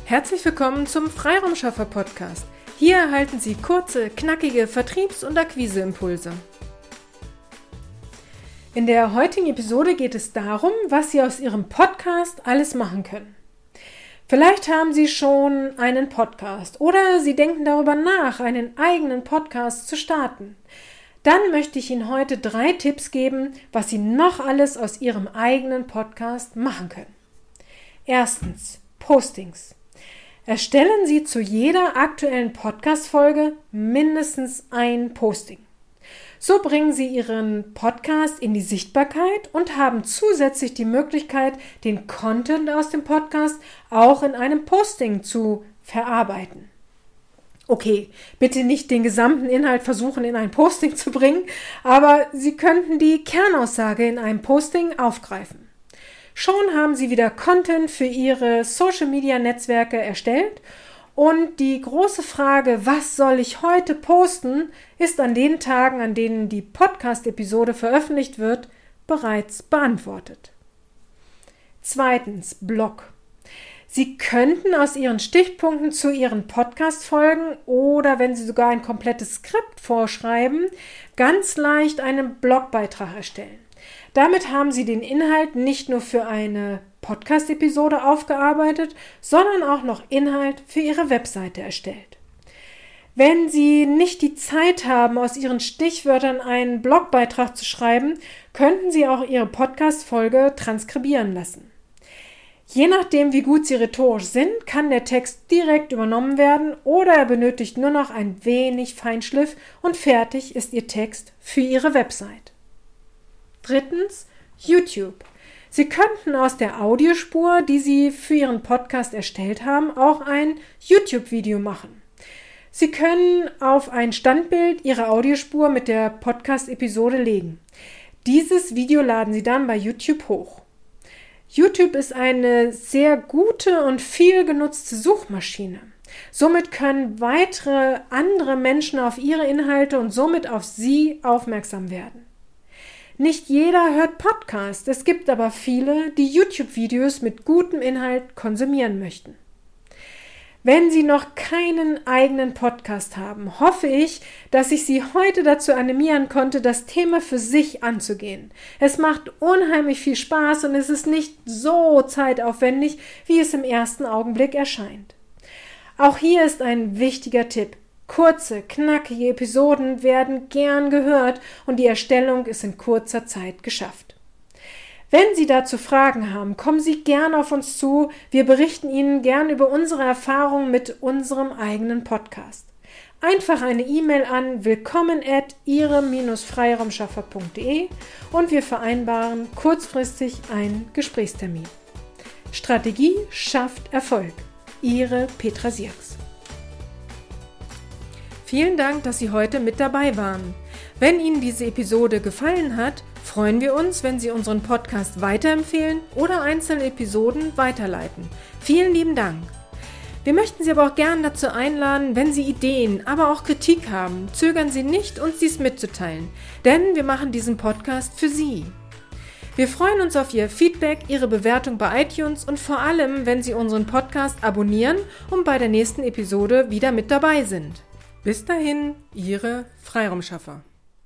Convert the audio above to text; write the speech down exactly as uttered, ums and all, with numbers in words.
Herzlich willkommen zum Freiraumschaffer-Podcast. Hier erhalten Sie kurze, knackige Vertriebs- und Akquiseimpulse. In der heutigen Episode geht es darum, was Sie aus Ihrem Podcast alles machen können. Vielleicht haben Sie schon einen Podcast oder Sie denken darüber nach, einen eigenen Podcast zu starten. Dann möchte ich Ihnen heute drei Tipps geben, was Sie noch alles aus Ihrem eigenen Podcast machen können. Erstens, Postings. Erstellen Sie zu jeder aktuellen Podcast-Folge mindestens ein Posting. So bringen Sie Ihren Podcast in die Sichtbarkeit und haben zusätzlich die Möglichkeit, den Content aus dem Podcast auch in einem Posting zu verarbeiten. Okay, bitte nicht den gesamten Inhalt versuchen, in ein Posting zu bringen, aber Sie könnten die Kernaussage in einem Posting aufgreifen. Schon haben Sie wieder Content für Ihre Social-Media-Netzwerke erstellt und die große Frage, was soll ich heute posten, ist an den Tagen, an denen die Podcast-Episode veröffentlicht wird, bereits beantwortet. Zweitens, Blog. Sie könnten aus Ihren Stichpunkten zu Ihren Podcast-Folgen oder wenn Sie sogar ein komplettes Skript vorschreiben, ganz leicht einen Blogbeitrag erstellen. Damit haben Sie den Inhalt nicht nur für eine Podcast-Episode aufgearbeitet, sondern auch noch Inhalt für Ihre Webseite erstellt. Wenn Sie nicht die Zeit haben, aus Ihren Stichwörtern einen Blogbeitrag zu schreiben, könnten Sie auch Ihre Podcast-Folge transkribieren lassen. Je nachdem, wie gut Sie rhetorisch sind, kann der Text direkt übernommen werden oder er benötigt nur noch ein wenig Feinschliff und fertig ist Ihr Text für Ihre Website. Drittens, YouTube. Sie könnten aus der Audiospur, die Sie für Ihren Podcast erstellt haben, auch ein YouTube-Video machen. Sie können auf ein Standbild Ihre Audiospur mit der Podcast-Episode legen. Dieses Video laden Sie dann bei YouTube hoch. YouTube ist eine sehr gute und viel genutzte Suchmaschine. Somit können weitere andere Menschen auf Ihre Inhalte und somit auf Sie aufmerksam werden. Nicht jeder hört Podcast, es gibt aber viele, die YouTube-Videos mit gutem Inhalt konsumieren möchten. Wenn Sie noch keinen eigenen Podcast haben, hoffe ich, dass ich Sie heute dazu animieren konnte, das Thema für sich anzugehen. Es macht unheimlich viel Spaß und es ist nicht so zeitaufwendig, wie es im ersten Augenblick erscheint. Auch hier ist ein wichtiger Tipp. Kurze, knackige Episoden werden gern gehört und die Erstellung ist in kurzer Zeit geschafft. Wenn Sie dazu Fragen haben, kommen Sie gern auf uns zu. Wir berichten Ihnen gern über unsere Erfahrungen mit unserem eigenen Podcast. Einfach eine E-Mail an willkommen at ihre Freiraumschaffer punkt de und wir vereinbaren kurzfristig einen Gesprächstermin. Strategie schafft Erfolg. Ihre Petra Sierks. Vielen Dank, dass Sie heute mit dabei waren. Wenn Ihnen diese Episode gefallen hat, freuen wir uns, wenn Sie unseren Podcast weiterempfehlen oder einzelne Episoden weiterleiten. Vielen lieben Dank. Wir möchten Sie aber auch gern dazu einladen, wenn Sie Ideen, aber auch Kritik haben, zögern Sie nicht, uns dies mitzuteilen, denn wir machen diesen Podcast für Sie. Wir freuen uns auf Ihr Feedback, Ihre Bewertung bei iTunes und vor allem, wenn Sie unseren Podcast abonnieren und bei der nächsten Episode wieder mit dabei sind. Bis dahin, Ihre Freiraumschaffer.